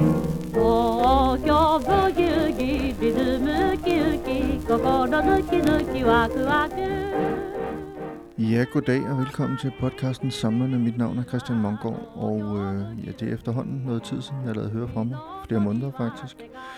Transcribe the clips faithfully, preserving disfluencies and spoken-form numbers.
Ja, goddag og velkommen til podcasten Samlerne. Mit navn er Christian Mongård, og øh, ja, det er efterhånden noget tid siden, jeg har lavet høre fra mig. Flere måneder faktisk.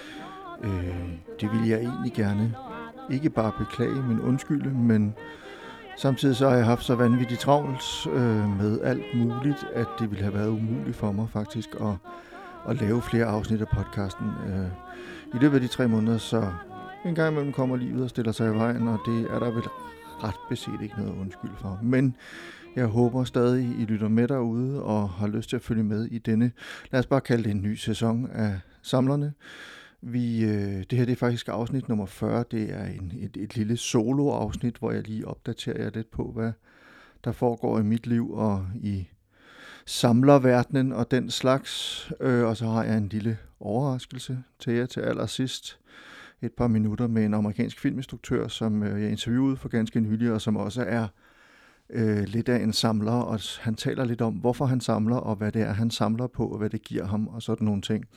Øh, det ville jeg egentlig gerne ikke bare beklage, men undskylde, men samtidig så har jeg haft så vanvittigt travlt øh, med alt muligt, at det ville have været umuligt for mig faktisk at, at lave flere afsnit af podcasten. Øh, I løbet af de tre måneder, så en gang imellem kommer livet og stiller sig i vejen, og det er der vel ret beset ikke noget undskyld for. Men jeg håber stadig, I lytter med derude og har lyst til at følge med i denne, lad os bare kalde det en ny sæson af Samlerne. Vi, øh, det her det er faktisk afsnit nummer fyrre. Det er en, et, et lille solo-afsnit, hvor jeg lige opdaterer jer lidt på, hvad der foregår i mit liv og i samlerverdenen og den slags. Øh, og så har jeg en lille overraskelse til jer til allersidst. Et par minutter med en amerikansk filminstruktør, som øh, jeg interviewede for ganske nylig, og som også er øh, lidt af en samler. Og han taler lidt om, hvorfor han samler, og hvad det er, han samler på, og hvad det giver ham, og sådan nogle ting.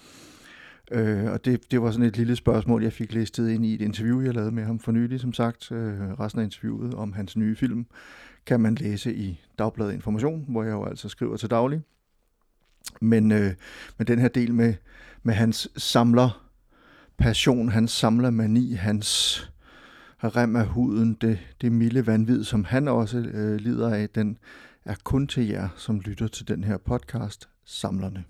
Øh, og det, det var sådan et lille spørgsmål, jeg fik listet ind i et interview, jeg lavede med ham for nylig, som sagt. Øh, resten af interviewet om hans nye film kan man læse i Dagbladet Information, hvor jeg jo altså skriver til daglig. Men, øh, men den her del med, med hans samler passion, hans samlermani, hans rem af huden, det, det milde vanvid, som han også øh, lider af, den er kun til jer, som lytter til den her podcast, Samlerne.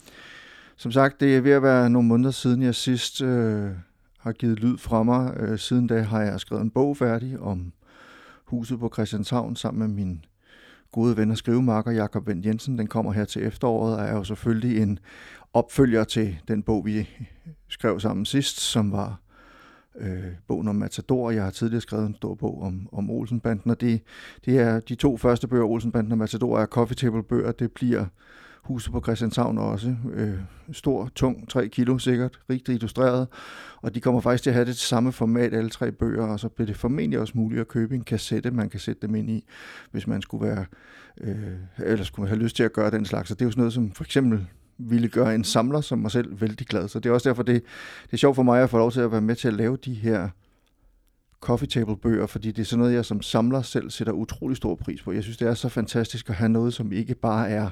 Som sagt, det er ved at være nogle måneder siden, jeg sidst øh, har givet lyd fra mig. Øh, siden da har jeg skrevet en bog færdig om huset på Christianshavn sammen med min gode ven og skrivemarker Jakob Wendt Jensen. Den kommer her til efteråret og er jo selvfølgelig en opfølger til den bog, vi skrev sammen sidst, som var øh, bogen om Matador. Jeg har tidligere skrevet en stor bog om, om Olsen-banden, og det, det er de to første bøger, Olsen-banden og Matador, er coffee table bøger. Det bliver huset på Christianshavn også. Øh, stor, tung, tre kilo sikkert, rigtig illustreret. Og de kommer faktisk til at have det samme format, alle tre bøger, og så bliver det formentlig også muligt at købe en kassette, man kan sætte dem ind i, hvis man skulle være, øh, eller skulle have lyst til at gøre den slags. Og det er jo sådan noget, som for eksempel ville gøre en samler som mig selv vældig glad. Så det er også derfor, det, det er sjovt for mig at få lov til at være med til at lave de her coffee table bøger, fordi det er sådan noget, jeg som samler selv sætter utrolig stor pris på. Jeg synes, det er så fantastisk at have noget, som ikke bare er,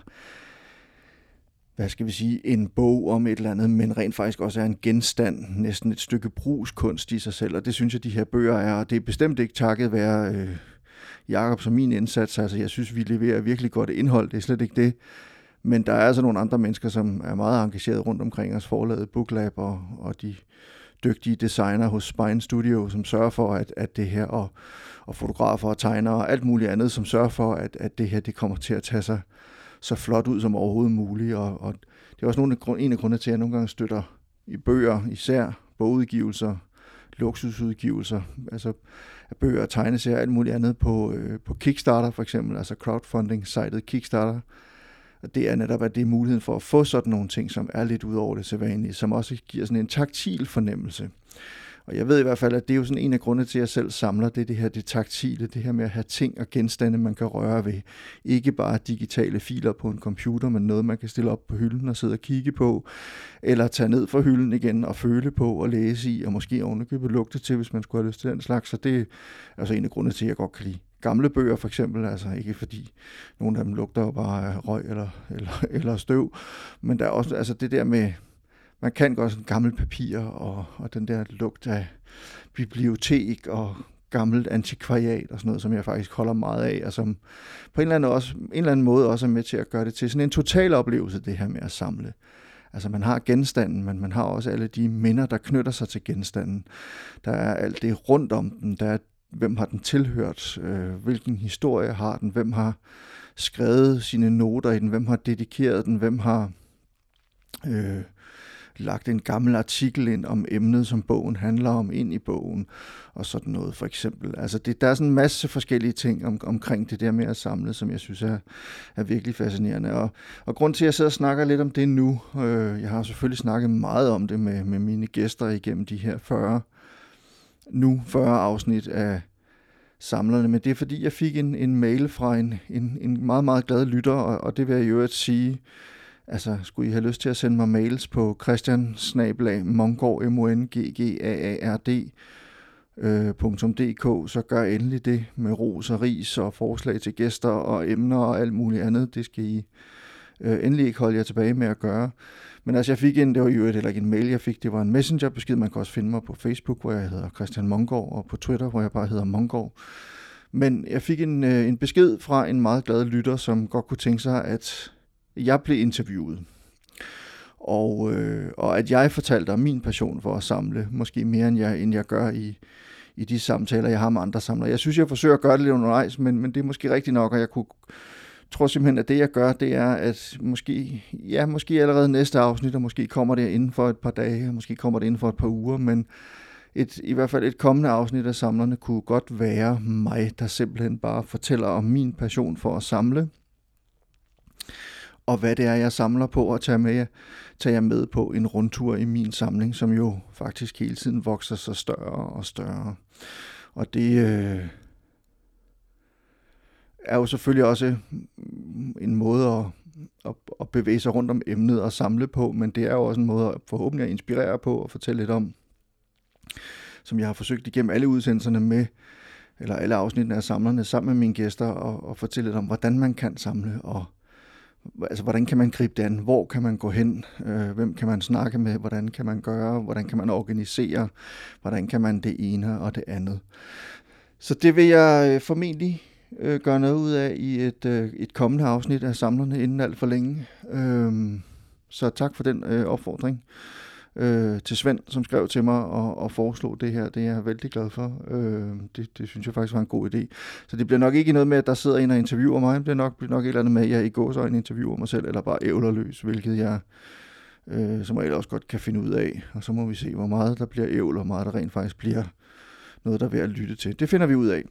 hvad skal vi sige, en bog om et eller andet, men rent faktisk også er en genstand, næsten et stykke brugskunst i sig selv, og det synes jeg, de her bøger er, og det er bestemt ikke takket være øh, Jakob som min indsats. Altså, jeg synes, vi leverer virkelig godt indhold, det er slet ikke det. Men der er altså nogle andre mennesker, som er meget engageret rundt omkring os, forlaget Booklab og, og de dygtige designer hos Spine Studio, som sørger for, at, at det her, og, og fotografer og tegnere og alt muligt andet, som sørger for, at, at det her det kommer til at tage sig så flot ud som overhovedet muligt. Og, og det er også nogle af, en af grundene til, at jeg nogle gange støtter i bøger, især bogudgivelser, luksusudgivelser, altså bøger og tegneserier og alt muligt andet på, øh, på Kickstarter for eksempel, altså crowdfunding-sitet Kickstarter. Og det er netop, at det er muligheden for at få sådan nogle ting, som er lidt ud over det sædvanlige, som også giver sådan en taktil fornemmelse. Og jeg ved i hvert fald, at det er jo sådan en af grundene til, at jeg selv samler, det, det her det taktile, det her med at have ting og genstande, man kan røre ved. Ikke bare digitale filer på en computer, men noget, man kan stille op på hylden og sidde og kigge på, eller tage ned fra hylden igen og føle på og læse i, og måske ovenikøbet lugte til, hvis man skulle have lyst til den slags. Så det er altså en af grundene til, at jeg godt kan lide gamle bøger for eksempel, altså ikke fordi nogle af dem lugter jo bare af røg eller, eller, eller støv, men der er også altså det der med, man kan godt sådan gammelt papir og, og den der lugt af bibliotek og gammelt antikvariat og sådan noget, som jeg faktisk holder meget af, og som på en eller anden, også, en eller anden måde også er med til at gøre det til sådan en total oplevelse, det her med at samle. Altså man har genstanden, men man har også alle de minder, der knytter sig til genstanden. Der er alt det rundt om den, der er hvem har den tilhørt, øh, hvilken historie har den, hvem har skrevet sine noter i den, hvem har dedikeret den, hvem har øh, lagt en gammel artikel ind om emnet, som bogen handler om, ind i bogen, og sådan noget for eksempel. Altså det, der er sådan en masse forskellige ting om, omkring det der med at samle, som jeg synes er, er virkelig fascinerende. Og, og grund til, at jeg sidder og snakker lidt om det nu, øh, jeg har selvfølgelig snakket meget om det med, med mine gæster igennem de her fyrre, nu fyrre afsnit af Samlerne, men det er fordi, jeg fik en, en mail fra en, en, en meget, meget glad lytter, og, og det vil jeg i øvrigt sige, Altså, skulle I have lyst til at sende mig mails på christian snabel-a monggaard, m o n g g a a r d punktum d k, så gør endelig det med ros og ris og forslag til gæster og emner og alt muligt andet. Det skal I øh, endelig ikke holde jer tilbage med at gøre. Men altså, jeg fik en, det var jo heller ikke en mail, jeg fik, det var en messengerbesked. Man kan også finde mig på Facebook, hvor jeg hedder Christian Monggaard, og på Twitter, hvor jeg bare hedder Monggaard. Men jeg fik en, øh, en besked fra en meget glad lytter, som godt kunne tænke sig, at jeg blev interviewet. Og, øh, og at jeg fortalte om min passion for at samle, måske mere end jeg, end jeg gør i, i de samtaler, jeg har med andre samlere. Jeg synes, jeg forsøger at gøre det lidt undervejs, men, men det er måske rigtigt nok, og jeg kunne, tror simpelthen, at det jeg gør, det er, at måske, ja, måske allerede næste afsnit, og måske kommer det inden for et par dage, og måske kommer det inden for et par uger, men et, i hvert fald et kommende afsnit af Samlerne kunne godt være mig, der simpelthen bare fortæller om min passion for at samle, og hvad det er, jeg samler på, og tager med, tager jeg med på en rundtur i min samling, som jo faktisk hele tiden vokser sig større og større. Og det øh, er jo selvfølgelig også en måde at, at, at bevæge sig rundt om emnet og samle på, men det er jo også en måde at forhåbentlig at inspirere på og fortælle lidt om, som jeg har forsøgt igennem alle udsendelserne med, eller alle afsnittene af Samlerne, sammen med mine gæster, og, og fortælle lidt om, hvordan man kan samle, og altså, hvordan kan man gribe det an? Hvor kan man gå hen? Øh, hvem kan man snakke med? Hvordan kan man gøre? Hvordan kan man organisere? Hvordan kan man det ene og det andet? Så det vil jeg øh, formentlig øh, gøre noget ud af i et, øh, et kommende afsnit af Samlerne inden alt for længe. Øh, så tak for den øh, opfordring øh, til Svend, som skrev til mig og, og foreslog det her. Det er jeg vældig glad for. Øh, det, det synes jeg faktisk var en god idé. Så det bliver nok ikke noget med, at der sidder en og interviewer mig. Det bliver nok, bliver nok et eller andet med, at jeg i gåseøjne interviewer mig selv, eller bare ævler løs, hvilket jeg øh, som regel også godt kan finde ud af. Og så må vi se, hvor meget der bliver ævl, og hvor meget der rent faktisk bliver noget, der er værd at lytte til. Det finder vi ud af.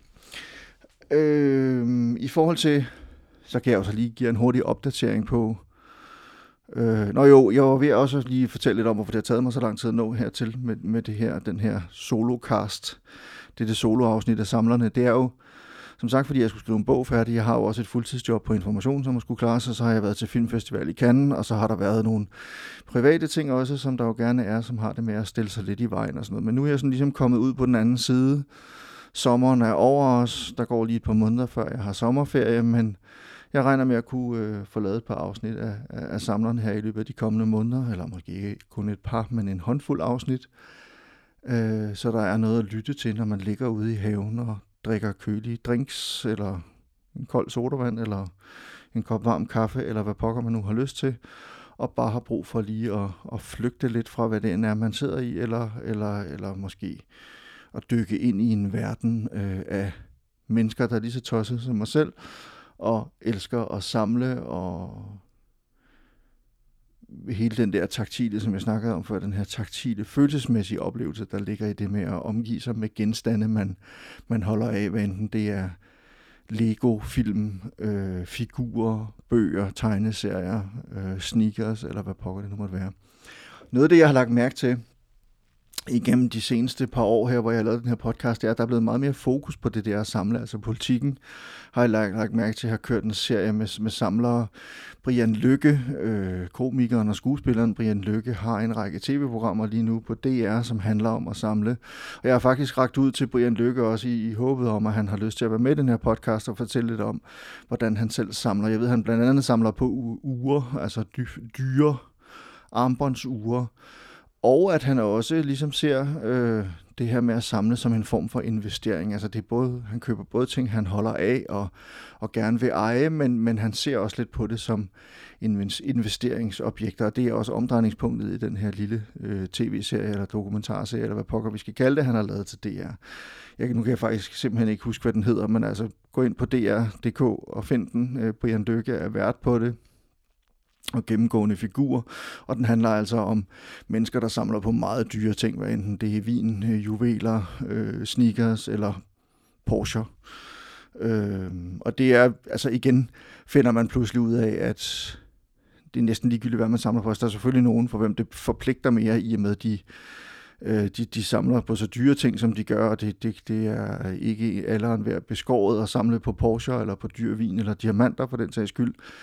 Øh, I forhold til, så kan jeg også lige give en hurtig opdatering på, Øh, nå jo, jeg var ved også lige fortælle lidt om, hvorfor det har taget mig så lang tid at nå hertil med, med det her, den her solocast. Det er det soloafsnit af Samlerne. Det er jo, som sagt, fordi jeg skulle skrive en bog færdig. Jeg har jo også et fuldtidsjob på Information, som jeg skulle klare sig. Så har jeg været til Filmfestival i Cannes, og så har der været nogle private ting også, som der jo gerne er, som har det med at stille sig lidt i vejen og sådan noget. Men nu er jeg sådan ligesom kommet ud på den anden side. Sommeren er over os. Der går lige et par måneder, før jeg har sommerferie, men jeg regner med at kunne øh, få lavet et par afsnit af, af, af Samlerne her i løbet af de kommende måneder, eller måske ikke kun et par, men en håndfuld afsnit. Øh, så der er noget at lytte til, når man ligger ude i haven og drikker kølige drinks, eller en kold sodavand, eller en kop varm kaffe, eller hvad pokker man nu har lyst til, og bare har brug for lige at, at flygte lidt fra, hvad det er, man sidder i, eller, eller, eller måske at dykke ind i en verden øh, af mennesker, der er lige så tosset som mig selv, og elsker at samle, og hele den der taktile, som jeg snakkede om før, den her taktile, følelsesmæssige oplevelse, der ligger i det med at omgive sig med genstande, man, man holder af, hvad enten det er Lego, film, øh, figurer, bøger, tegneserier, øh, sneakers, eller hvad pokker det nu måtte være. Noget af det, jeg har lagt mærke til igennem de seneste par år her, hvor jeg har lavet den her podcast, er, at der er blevet meget mere fokus på det der at samle, altså politikken. Har jeg lagt, lagt mærke til, at jeg har kørt en serie med, med samlere. Brian Lykke, øh, komikeren og skuespilleren Brian Lykke, har en række tv-programmer lige nu på D R, som handler om at samle. Og jeg har faktisk rakt ud til Brian Lykke også i, i håbet om, at han har lyst til at være med i den her podcast og fortælle lidt om, hvordan han selv samler. Jeg ved, at han blandt andet samler på uger, altså dy- dyre armbåndsure. Og at han også ligesom ser øh, det her med at samle som en form for investering. Altså det er både, han køber både ting, han holder af og, og gerne vil eje, men, men han ser også lidt på det som investeringsobjekter. Og det er også omdrejningspunktet i den her lille øh, tv-serie eller dokumentarserie, eller hvad pokker vi skal kalde det, han har lavet til D R. Jeg, nu kan jeg faktisk simpelthen ikke huske, hvad den hedder, men altså gå ind på D R punktum d k og find den. Øh, Brian Lykke er vært på det. Og gennemgående figurer, og den handler altså om mennesker, der samler på meget dyre ting, hvad enten det er vin, juveler, øh, sneakers eller Porsche. Øh, og det er, altså igen, finder man pludselig ud af, at det er næsten ligegyldigt, hvad man samler på. Der er selvfølgelig nogen, for hvem det forpligter mere, i og med, de, øh, de, de samler på så dyre ting, som de gør, og det, det, det er ikke alderen værd beskåret at samle på Porsche, eller på dyr vin, eller diamanter for den sags skyld.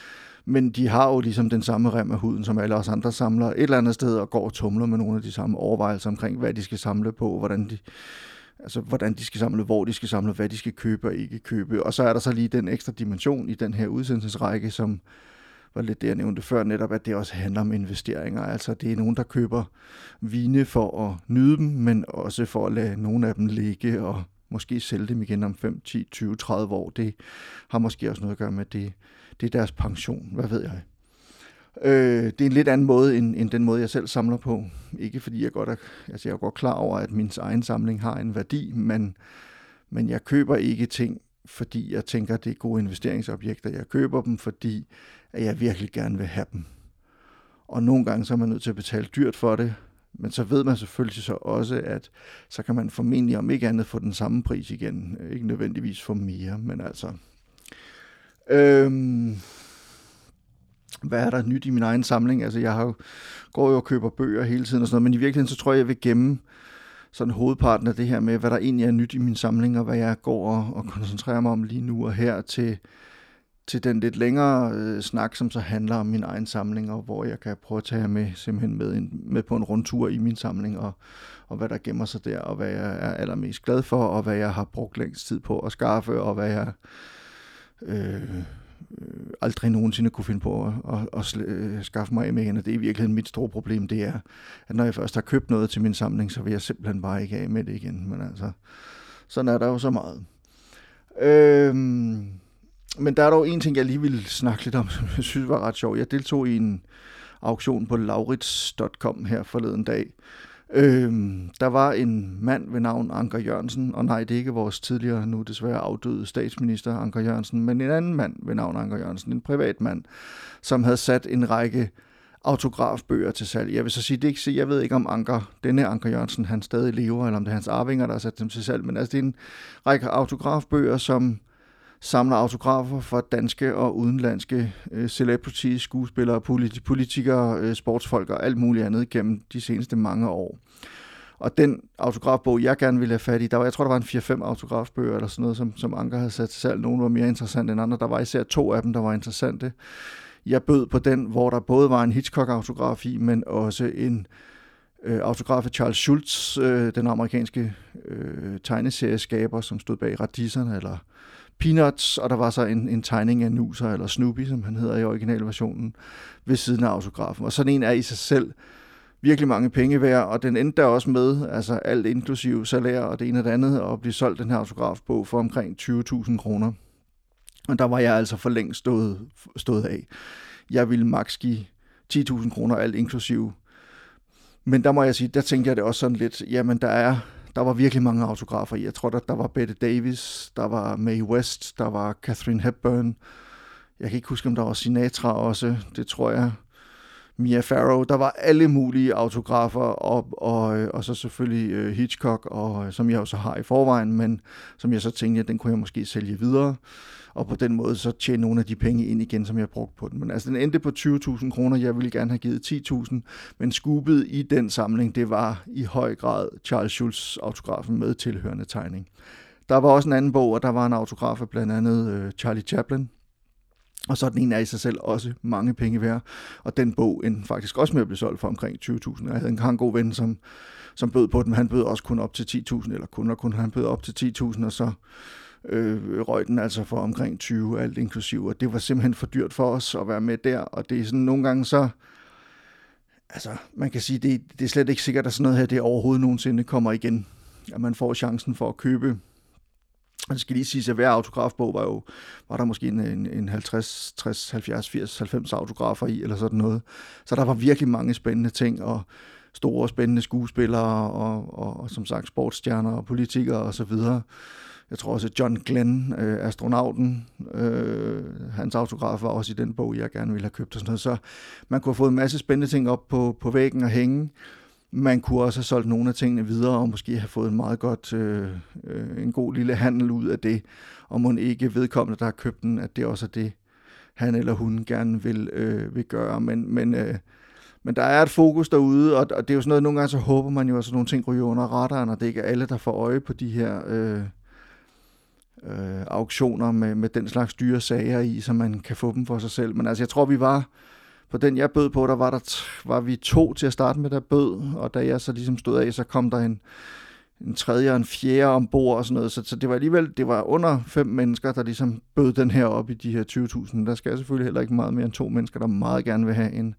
Men de har jo ligesom den samme rem af huden, som alle os andre samler et eller andet sted, og går og tumler med nogle af de samme overvejelser omkring, hvad de skal samle på, hvordan de, altså, hvordan de skal samle, hvor de skal samle, hvad de skal købe og ikke købe. Og så er der så lige den ekstra dimension i den her udsendelsesrække, som var lidt det, jeg nævnte før, netop at det også handler om investeringer. Altså det er nogen, der køber vine for at nyde dem, men også for at lade nogle af dem ligge og måske sælge dem igen om fem, ti, tyve, tredive år. Det har måske også noget at gøre med, det, det er deres pension, hvad ved jeg. Øh, det er en lidt anden måde, end, end den måde, jeg selv samler på. Ikke fordi jeg godt er, altså jeg er godt klar over, at min egen samling har en værdi, men, men jeg køber ikke ting, fordi jeg tænker, det er gode investeringsobjekter. Jeg køber dem, fordi at jeg virkelig gerne vil have dem. Og nogle gange så er man nødt til at betale dyrt for det, men så ved man selvfølgelig så også, at så kan man formentlig om ikke andet få den samme pris igen. Ikke nødvendigvis få mere, men altså... Øhm, hvad er der nyt i min egen samling? Altså jeg har jo, går jo og køber bøger hele tiden og sådan noget, men i virkeligheden så tror jeg, jeg vil gemme sådan hovedparten af det her med, hvad der egentlig er nyt i min samling, og hvad jeg går og, og koncentrerer mig om lige nu og her til, til den lidt længere øh, snak, som så handler om min egen samling, og hvor jeg kan prøve at tage med, simpelthen med, en, med på en rundtur i min samling, og, og hvad der gemmer sig der, og hvad jeg er allermest glad for, og hvad jeg har brugt længst tid på at skaffe, og hvad jeg øh, øh, aldrig nogensinde kunne finde på at, at, at, at øh, skaffe mig af med igen. Og det er i virkeligheden mit store problem, det er, at når jeg først har købt noget til min samling, så vil jeg simpelthen bare ikke af med det igen. Men altså, sådan er der jo så meget. Øhm, men der er dog en ting, jeg lige ville snakke lidt om, som jeg synes var ret sjov. Jeg deltog i en auktion på laurits punktum com her forleden dag. Øhm, der var en mand ved navn Anker Jørgensen, og nej, det er ikke vores tidligere, nu desværre afdøde statsminister Anker Jørgensen, men en anden mand ved navn Anker Jørgensen, en privat mand, som havde sat en række autografbøger til salg. Jeg vil så sige, det ikke, jeg ved ikke om Anker, denne Anker Jørgensen, han stadig lever, eller om det er hans arvinger, der har sat dem til salg, men altså det er en række autografbøger, som samler autografer fra danske og udenlandske øh, celebrities, skuespillere, politi- politikere, øh, sportsfolk og alt muligt andet gennem de seneste mange år. Og den autografbog, jeg gerne ville have fat i, der var, jeg tror, der var en fire fem autografbøger eller sådan noget, som, som Anker havde sat til salg. Nogle var mere interessante end andre. Der var især to af dem, der var interessante. Jeg bød på den, hvor der både var en Hitchcock-autograf i, men også en øh, autograf af Charles Schulz, øh, den amerikanske øh, tegneserieskaber, som stod bag Radisserne eller Peanuts, og der var så en, en tegning af Nuser, eller Snoopy, som han hedder i originalversionen, ved siden af autografen. Og sådan en er i sig selv virkelig mange penge værd, og den endte der også med, altså alt inklusive salær og det ene og det andet, og blive solgt den her autografbog for omkring tyve tusind kroner. Og der var jeg altså for længst stået, stået af. Jeg ville maks give ti tusind kroner alt inklusive. Men der må jeg sige, der tænkte jeg det også sådan lidt, jamen der er Der var virkelig mange autografer i. Jeg tror, der, der var Bette Davis, der var Mae West, der var Katharine Hepburn. Jeg kan ikke huske, om der var Sinatra også. Det tror jeg. Mia Farrow. Der var alle mulige autografer, og, og, og så selvfølgelig Hitchcock, og, som jeg også har i forvejen, men som jeg så tænkte, at den kunne jeg måske sælge videre. Og på den måde så tjene nogle af de penge ind igen, som jeg brugte på den. Men altså den endte på tyve tusind kroner. Jeg ville gerne have givet ti tusind, men scoopet i den samling, det var i høj grad Charles Schulz autografen med tilhørende tegning. Der var også en anden bog, og der var en autograf af blandt andet øh, Charlie Chaplin. Og så den ene er i sig selv også mange penge værd. Og den bog endte faktisk også med at blive solgt for omkring tyve tusind. Jeg havde en, en god ven, som, som bød på den, men han bød også kun op til ti tusind, eller kun og kun han bød op til ti tusind, og så Øh, røg den altså for omkring tyve, alt inklusiv, og det var simpelthen for dyrt for os at være med der, og det er sådan nogle gange så, altså man kan sige, det, det er slet ikke sikkert, at sådan noget her, det overhovedet nogensinde kommer igen, at man får chancen for at købe. Og det skal lige sige, at hver autografbog var jo, var der måske en, en, en halvtreds, tres, halvfjerds, firs, halvfems autografer i, eller sådan noget, så der var virkelig mange spændende ting, og store spændende skuespillere, og, og, og som sagt sportsstjerner, og politikere, og så videre. Jeg tror også, at John Glenn, øh, astronauten, øh, hans autograf var også i den bog, jeg gerne ville have købt og sådan noget. Så man kunne have fået en masse spændende ting op på, på væggen og hænge. Man kunne også have solgt nogle af tingene videre, og måske have fået en meget godt, øh, øh, en god lille handel ud af det. Og må ikke vedkommende, der har købt den, at det også er det, han eller hun gerne vil, øh, vil gøre. Men, men, øh, men der er et fokus derude, og, og det er jo sådan noget, nogle gange så håber man jo, at sådan nogle ting ryger under radaren, og det ikke er alle, der får øje på de her... Øh, øh, auktioner med, med den slags dyre sager i, så man kan få dem for sig selv. Men altså, jeg tror, vi var på den, jeg bød på, der var, der t- var vi to til at starte med, der bød, og da jeg så ligesom stod af, så kom der en, en tredje og en fjerde ombord og sådan noget, så, så det var alligevel, det var under fem mennesker, der ligesom bød den her op i de her tyve tusind. Der skal selvfølgelig heller ikke meget mere end to mennesker, der meget gerne vil have en,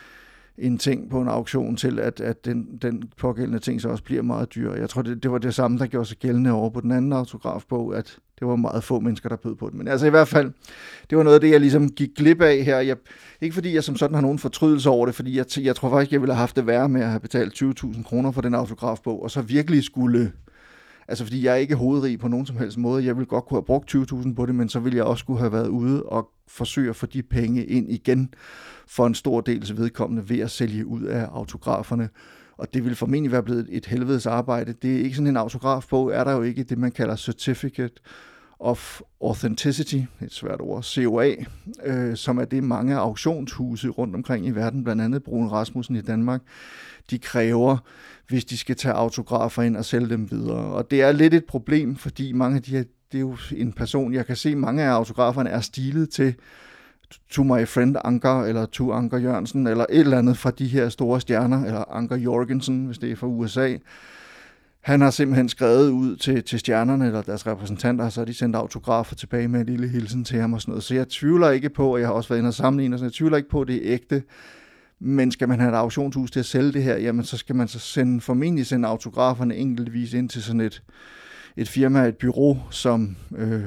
en ting på en auktion til, at, at den, den pågældende ting så også bliver meget dyr. Jeg tror, det, det var det samme, der gjorde sig gældende over på den anden autografbog, at det var meget få mennesker, der bød på det. Men altså i hvert fald, det var noget af det, jeg ligesom gik glip af her. Jeg, ikke fordi jeg som sådan har nogen fortrydelse over det, fordi jeg, jeg tror faktisk, jeg ville have haft det værre med at have betalt tyve tusind kroner for den autografbog, og så virkelig skulle, altså fordi jeg er ikke hovedrig på nogen som helst måde, jeg ville godt kunne have brugt tyve tusind på det, men så ville jeg også kunne have været ude og forsøge at få de penge ind igen for en stor dels vedkommende ved at sælge ud af autograferne. Og det ville formentlig være blevet et helvedes arbejde. Det er ikke sådan en autografbog, er der jo ikke det, man kalder Certificate of Authenticity, et svært ord, C O A, øh, som er det mange auktionshuse rundt omkring i verden, blandt andet Bruun Rasmussen i Danmark, de kræver, hvis de skal tage autografer ind og sælge dem videre. Og det er lidt et problem, fordi mange af de her, det er jo en person, jeg kan se, mange af autograferne er stilet til To My Friend Anker, eller To Anker Jørgensen, eller et eller andet fra de her store stjerner, eller Anker Jorgensen, hvis det er fra U S A. Han har simpelthen skrevet ud til, til stjernerne, eller deres repræsentanter, og så har de sendt autografer tilbage med en lille hilsen til ham og sådan noget. Så jeg tvivler ikke på, og jeg har også været inde og sammenligne, så jeg tvivler ikke på, at det er ægte. Men skal man have et auktionshus til at sælge det her, jamen så skal man så sende, formentlig sende autograferne enkeltvis ind til sådan et, et firma, et bureau, som øh,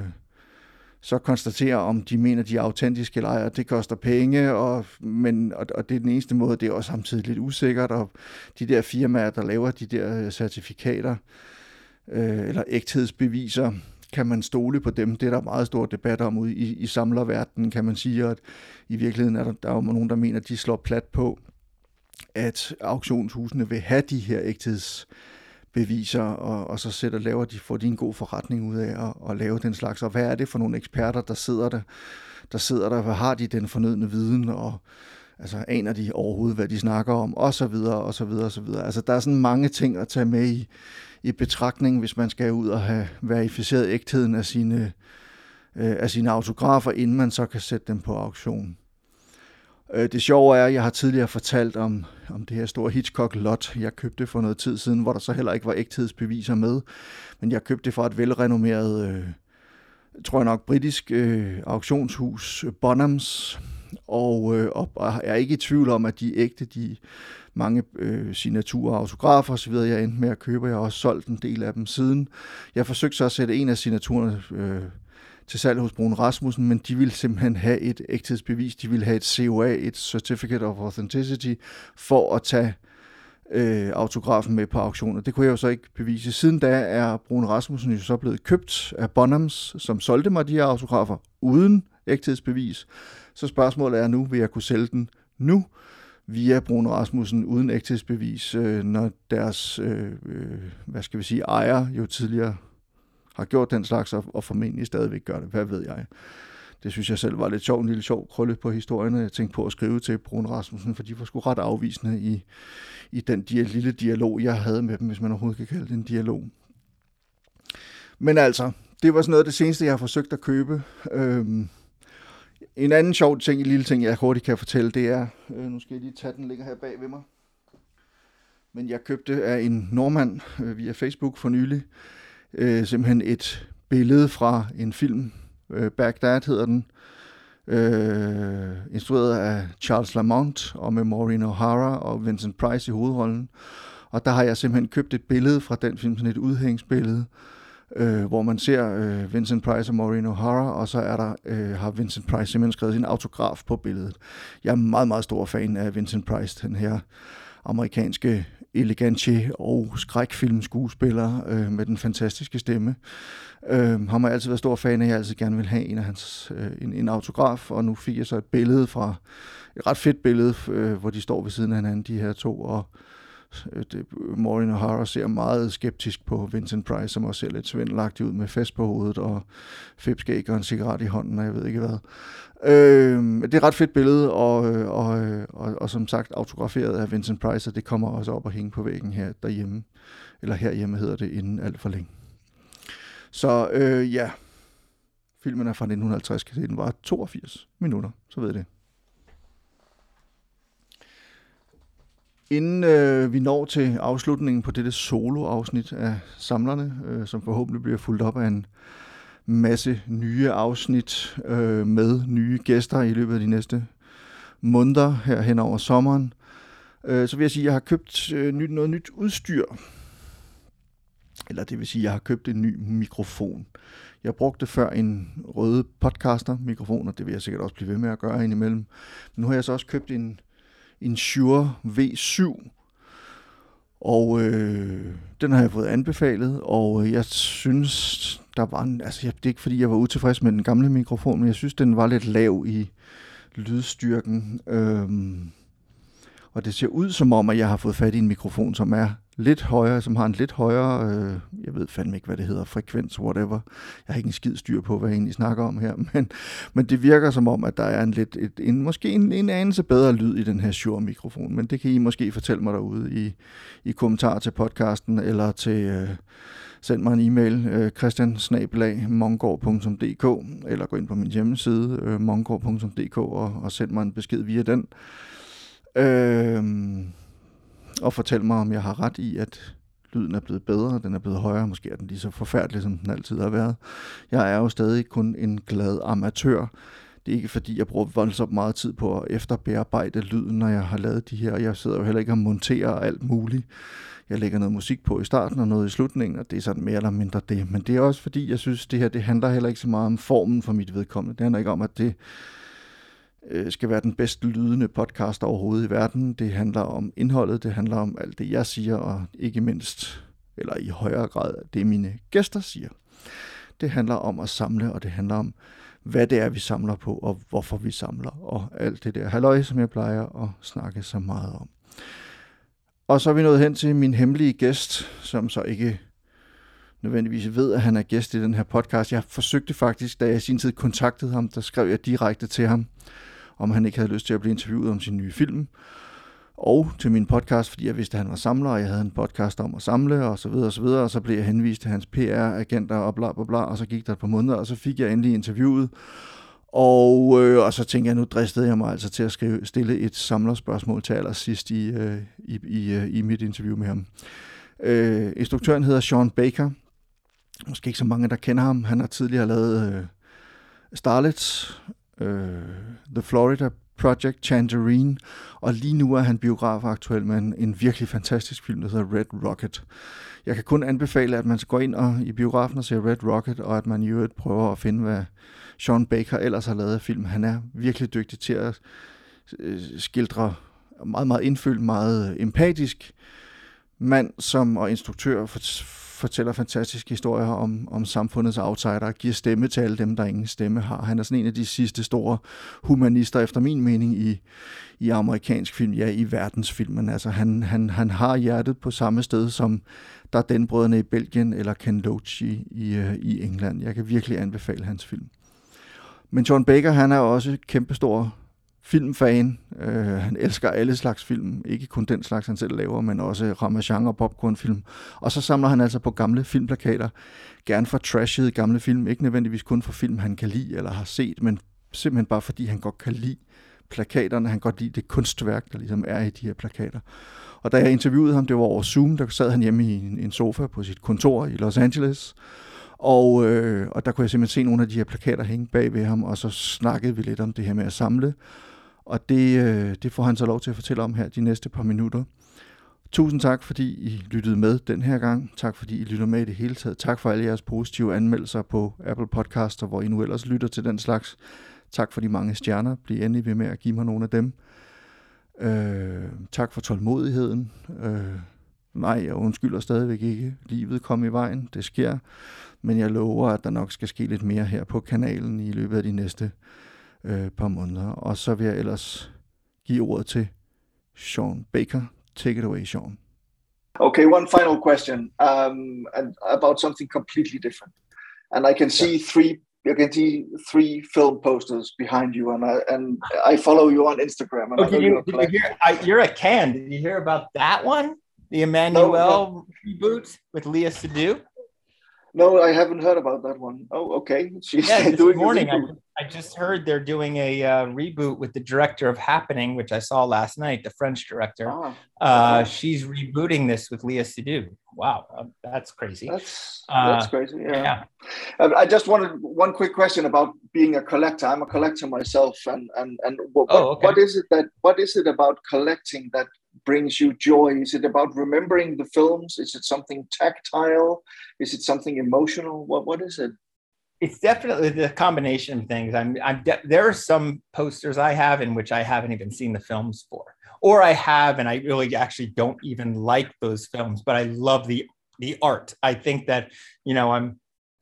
så konstaterer, om de mener, de er autentiske eller ej, og det koster penge, og, men, og, og det er den eneste måde, det er også samtidig lidt usikkert, og de der firmaer, der laver de der certifikater, øh, eller ægthedsbeviser, kan man stole på dem? Det er der meget stor debat om ude i, i samlerverdenen, kan man sige, at i virkeligheden er der, der er jo nogen, der mener, at de slår plat på, at auktionshusene vil have de her ægthedsbeviser, og, og så sætter, laver de, får de en god forretning ud af at, at lave den slags. Og hvad er det for nogle eksperter, der sidder der? Der sidder der, hvad har de den fornødne viden, og altså aner de overhovedet, hvad de snakker om, og så videre, og så videre, og så videre. Altså der er sådan mange ting at tage med i, i betragtning, hvis man skal ud og have verificeret ægtheden af sine, øh, af sine autografer, inden man så kan sætte dem på auktion. Øh, det sjove er, at jeg har tidligere fortalt om, om det her store Hitchcock-lot, jeg købte for noget tid siden, hvor der så heller ikke var ægthedsbeviser med, men jeg købte det fra et velrenommeret, øh, tror jeg nok, britisk øh, auktionshus, Bonhams, og, øh, og jeg er ikke i tvivl om, at de ægte, de mange øh, signaturer, autografer osv., jeg endte med at købe. Jeg har også solgt en del af dem siden. Jeg forsøgte så at sætte en af signaturerne øh, til salg hos Bruun Rasmussen, men de ville simpelthen have et ægthedsbevis. De ville have et C O A, et Certificate of Authenticity, for at tage øh, autografen med på auktioner. Det kunne jeg jo så ikke bevise. Siden da er Bruun Rasmussen jo så blevet købt af Bonhams, som solgte mig de her autografer uden ægthedsbevis. Så spørgsmålet er nu, vil jeg kunne sælge den nu via Bruun Rasmussen uden ægthedsbevis, øh, når deres, øh, øh, hvad skal vi sige, ejer jo tidligere har gjort den slags, og, og formentlig stadigvæk gør det. Hvad ved jeg? Det synes jeg selv var lidt sjovt, en lille sjov krølle på historierne. Jeg tænkte på at skrive til Bruun Rasmussen, for de var sgu ret afvisende i, i den dia- lille dialog, jeg havde med dem, hvis man overhovedet kan kalde det en dialog. Men altså, det var sådan noget af det seneste, jeg har forsøgt at købe. Øhm, En anden sjov ting, en lille ting, jeg hurtigt kan fortælle, det er, øh, nu skal jeg lige tage den, ligger her bag ved mig, men jeg købte af en nordmand øh, via Facebook for nylig, øh, simpelthen et billede fra en film, øh, Baghdad hedder den, øh, instrueret af Charles Lamont og med Maureen O'Hara og Vincent Price i hovedrollen, og der har jeg simpelthen købt et billede fra den film, sådan et udhængsbillede, Øh, hvor man ser øh, Vincent Price og Maureen O'Hara, og så er der, øh, har Vincent Price simpelthen skrevet sin autograf på billedet. Jeg er meget, meget stor fan af Vincent Price, den her amerikanske elegantier og skrækfilmskuespiller øh, med den fantastiske stemme. Øh, har jeg altid været stor fan af, jeg altid gerne vil have en af hans, øh, en, en autograf, og nu fik jeg så et billede fra, et ret fedt billede, øh, hvor de står ved siden af hinanden, de her to, og Det, Maureen O'Hara ser meget skeptisk på Vincent Price, som også ser lidt svindelagtig ud med fest på hovedet og fipskæg og en cigaret i hånden, og jeg ved ikke hvad. Øh, det er et ret fedt billede, og, og, og, og som sagt autograferet af Vincent Price, og det kommer også op og hænge på væggen her derhjemme, eller herhjemme hedder det, inden alt for længe. Så øh, ja, Filmen er fra nitten halvtreds, kassetten var toogfirs minutter, så ved jeg det. Inden øh, vi når til afslutningen på dette solo-afsnit af Samlerne, øh, som forhåbentlig bliver fulgt op af en masse nye afsnit øh, med nye gæster i løbet af de næste måneder her hen over sommeren, øh, så vil jeg sige, at jeg har købt øh, nyt, noget nyt udstyr. Eller det vil sige, at jeg har købt en ny mikrofon. Jeg brugte før en røde podcaster-mikrofon, og det vil jeg sikkert også blive ved med at gøre indimellem. Men nu har jeg så også købt en, en Shure V syv, og øh, den har jeg fået anbefalet, og jeg synes, der var en, altså det er ikke fordi, jeg var utilfreds med den gamle mikrofon, men jeg synes, den var lidt lav i lydstyrken. Øhm, og det ser ud som om, at jeg har fået fat i en mikrofon, som er lidt højere, som har en lidt højere, øh, jeg ved fandme ikke, hvad det hedder, frekvens, whatever. Jeg har ikke en skid styr på, hvad jeg egentlig snakker om her, men, men det virker som om, at der er en lidt, et, en, måske en, en anelse bedre lyd i den her Shure-mikrofon, men det kan I måske fortælle mig derude i, i kommentarer til podcasten, eller til, øh, send mig en e-mail, øh, christian snabel-a mongård punktum d k, eller gå ind på min hjemmeside, øh, mongård punktum d k, og, og send mig en besked via den. Øh, og fortæl mig, om jeg har ret i, at lyden er blevet bedre, den er blevet højere, måske er den lige så forfærdelig, som den altid har været. Jeg er jo stadig kun en glad amatør. Det er ikke fordi, jeg bruger voldsomt meget tid på at efterbearbejde lyden, når jeg har lavet de her. Jeg sidder jo heller ikke og monterer alt muligt. Jeg lægger noget musik på i starten og noget i slutningen, og det er sådan mere eller mindre det. Men det er også fordi, jeg synes, det her det handler heller ikke så meget om formen for mit vedkommende. Det handler ikke om, at det skal være den bedst lydende podcast overhovedet i verden. Det handler om indholdet, det handler om alt det, jeg siger, og ikke mindst, eller i højere grad, det mine gæster siger. Det handler om at samle, og det handler om, hvad det er, vi samler på, og hvorfor vi samler, og alt det der halløj, som jeg plejer at snakke så meget om. Og så er vi nået hen til min hemmelige gæst, som så ikke nødvendigvis ved, at han er gæst i den her podcast. Jeg forsøgte faktisk, da jeg i sin tid kontaktede ham, der skrev jeg direkte til ham, om han ikke havde lyst til at blive interviewet om sin nye film, og til min podcast, fordi jeg vidste, at han var samler, og jeg havde en podcast om at samle, og så videre, og så videre, og så blev jeg henvist til hans P R-agenter, og bla bla bla, og så gik der et par måneder, og så fik jeg endelig interviewet, og, øh, og så tænkte jeg, nu dristede jeg mig altså til at skrive, stille et samlerspørgsmål til allersidst i, øh, i, i, i mit interview med ham. Øh, instruktøren hedder Sean Baker. Måske ikke så mange, der kender ham. Han har tidligere lavet øh, Starlets, øh, The Florida Project, Tangerine, og lige nu er han biograf aktuel med en, en virkelig fantastisk film, der hedder Red Rocket. Jeg kan kun anbefale, at man skal gå ind og, i biografen og se Red Rocket, og at man i øvrigt prøver at finde, hvad Sean Baker ellers har lavet af film. Han er virkelig dygtig til at øh, skildre meget, meget indfølt, meget empatisk mand som og instruktør for, fortæller fantastiske historier om, om samfundets outsider, giver stemme til alle dem, der ingen stemme har. Han er sådan en af de sidste store humanister, efter min mening, i, i amerikansk film, ja, i verdensfilmen. Altså, han, han, han har hjertet på samme sted som Dardenne-brødrene i Belgien eller Ken Loach i, i, i England. Jeg kan virkelig anbefale hans film. Men Sean Baker, han er også kæmpestor filmfan. Uh, han elsker alle slags film. Ikke kun den slags, han selv laver, men også ramachan og popcornfilm. Og så samler han altså på gamle filmplakater. Gerne for trashede gamle film. Ikke nødvendigvis kun for film, han kan lide eller har set, men simpelthen bare fordi han godt kan lide plakaterne. Han godt lide det kunstværk, der ligesom er i de her plakater. Og da jeg interviewede ham, det var over Zoom, der sad han hjemme i en, en sofa på sit kontor i Los Angeles. Og, øh, og der kunne jeg simpelthen se nogle af de her plakater hænge bag ved ham, og så snakkede vi lidt om det her med at samle. Og det, øh, det får han så lov til at fortælle om her de næste par minutter. Tusind tak, fordi I lyttede med den her gang. Tak, fordi I lytter med i det hele taget. Tak for alle jeres positive anmeldelser på Apple Podcaster, hvor I nu ellers lytter til den slags. Tak for de mange stjerner. Bliv endelig ved med at give mig nogle af dem. Øh, tak for tålmodigheden. Øh, nej, jeg undskylder stadigvæk ikke. Livet kom i vejen. Det sker. Men jeg lover, at der nok skal ske lidt mere her på kanalen i løbet af de næste øh, par måneder. Og så vil jeg ellers give ordet til Sean Baker. Take it away, Sean. Okay, one final question um, and about something completely different. And I can see yeah. three, you can see three film posters behind you, and I and I follow you on Instagram. And okay, I know you, you're, did you hear, I, you're a can. Did you hear about that one? The Emmanuel no, no. reboot with Léa Seydoux? No, I haven't heard about that one. Oh, okay. She's yeah, this doing morning I, I just heard they're doing a uh, reboot with the director of Happening, which I saw last night, the French director. Ah, uh, okay. She's rebooting this with Léa Seydoux. Wow, uh, that's crazy. That's uh, that's crazy. Yeah. yeah. I just wanted one quick question about being a collector. I'm a collector myself, and and and what Oh, okay. what is it that what is it about collecting that brings you joy? Is it about remembering the films? Is it something tactile? Is it something emotional? What what is it? It's definitely the combination of things. I'm, I'm de- there are some posters I have in which I haven't even seen the films for, or I have, and I really actually don't even like those films, but I love the, the art. I think that, you know, I'm,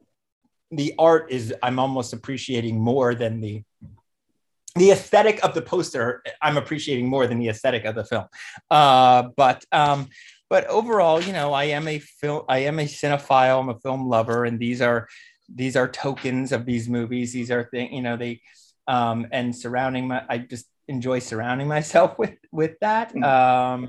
the art is, I'm almost appreciating more than the, the aesthetic of the poster. I'm appreciating more than the aesthetic of the film. Uh, but, um, but overall, you know, I am a film, I am a cinephile, I'm a film lover, and these are, these are tokens of these movies. These are things, you know, they, um, and surrounding my, I just enjoy surrounding myself with, with that. Um,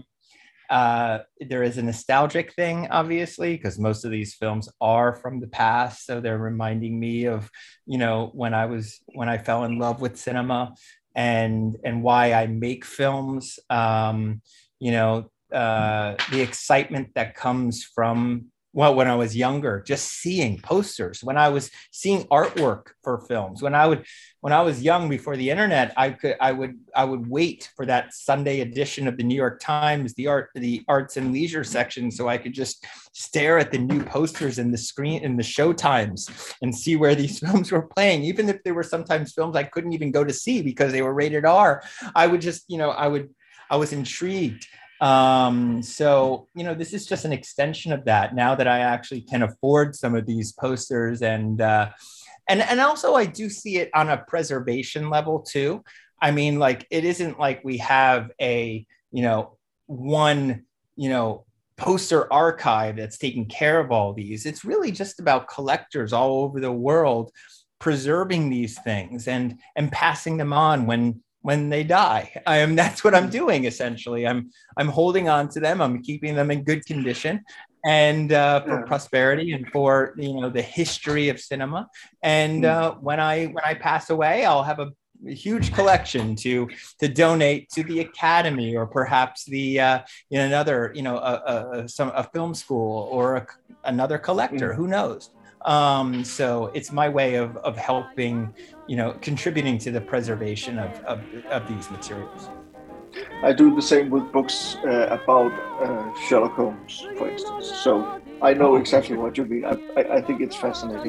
uh, there is a nostalgic thing, obviously, because most of these films are from the past. So they're reminding me of, you know, when I was, when I fell in love with cinema and, and why I make films, um, you know, uh, the excitement that comes from, well, when I was younger, just seeing posters, when I was seeing artwork for films, when I would, when I was young before the internet, I could, I would, I would wait for that Sunday edition of the New York Times, the art, the arts and leisure section, so I could just stare at the new posters in the screen, in the show times, and see where these films were playing. Even if there were sometimes films I couldn't even go to see because they were rated R, I would just, you know, I would, I was intrigued. Um, so, you know, this is just an extension of that now that I actually can afford some of these posters. And, uh, and, and also I do see it on a preservation level too. I mean, like, it isn't like we have a, you know, one, you know, poster archive that's taking care of all these. It's really just about collectors all over the world preserving these things and, and passing them on when, when they die. I am, that's what I'm doing. Essentially. I'm, I'm holding on to them. I'm keeping them in good condition and uh, for Yeah. prosperity and for, you know, the history of cinema. And uh, when I, when I pass away, I'll have a, a huge collection to, to donate to the Academy or perhaps the, uh, in another, you know, a, a, some, a film school or a, another collector, Mm. who knows? Um, so it's my way of, of helping, you know, contributing to the preservation of, of, of these materials. I do the same with books uh, about uh, Sherlock Holmes, for instance. So I know exactly what you mean. I, I, I think it's fascinating.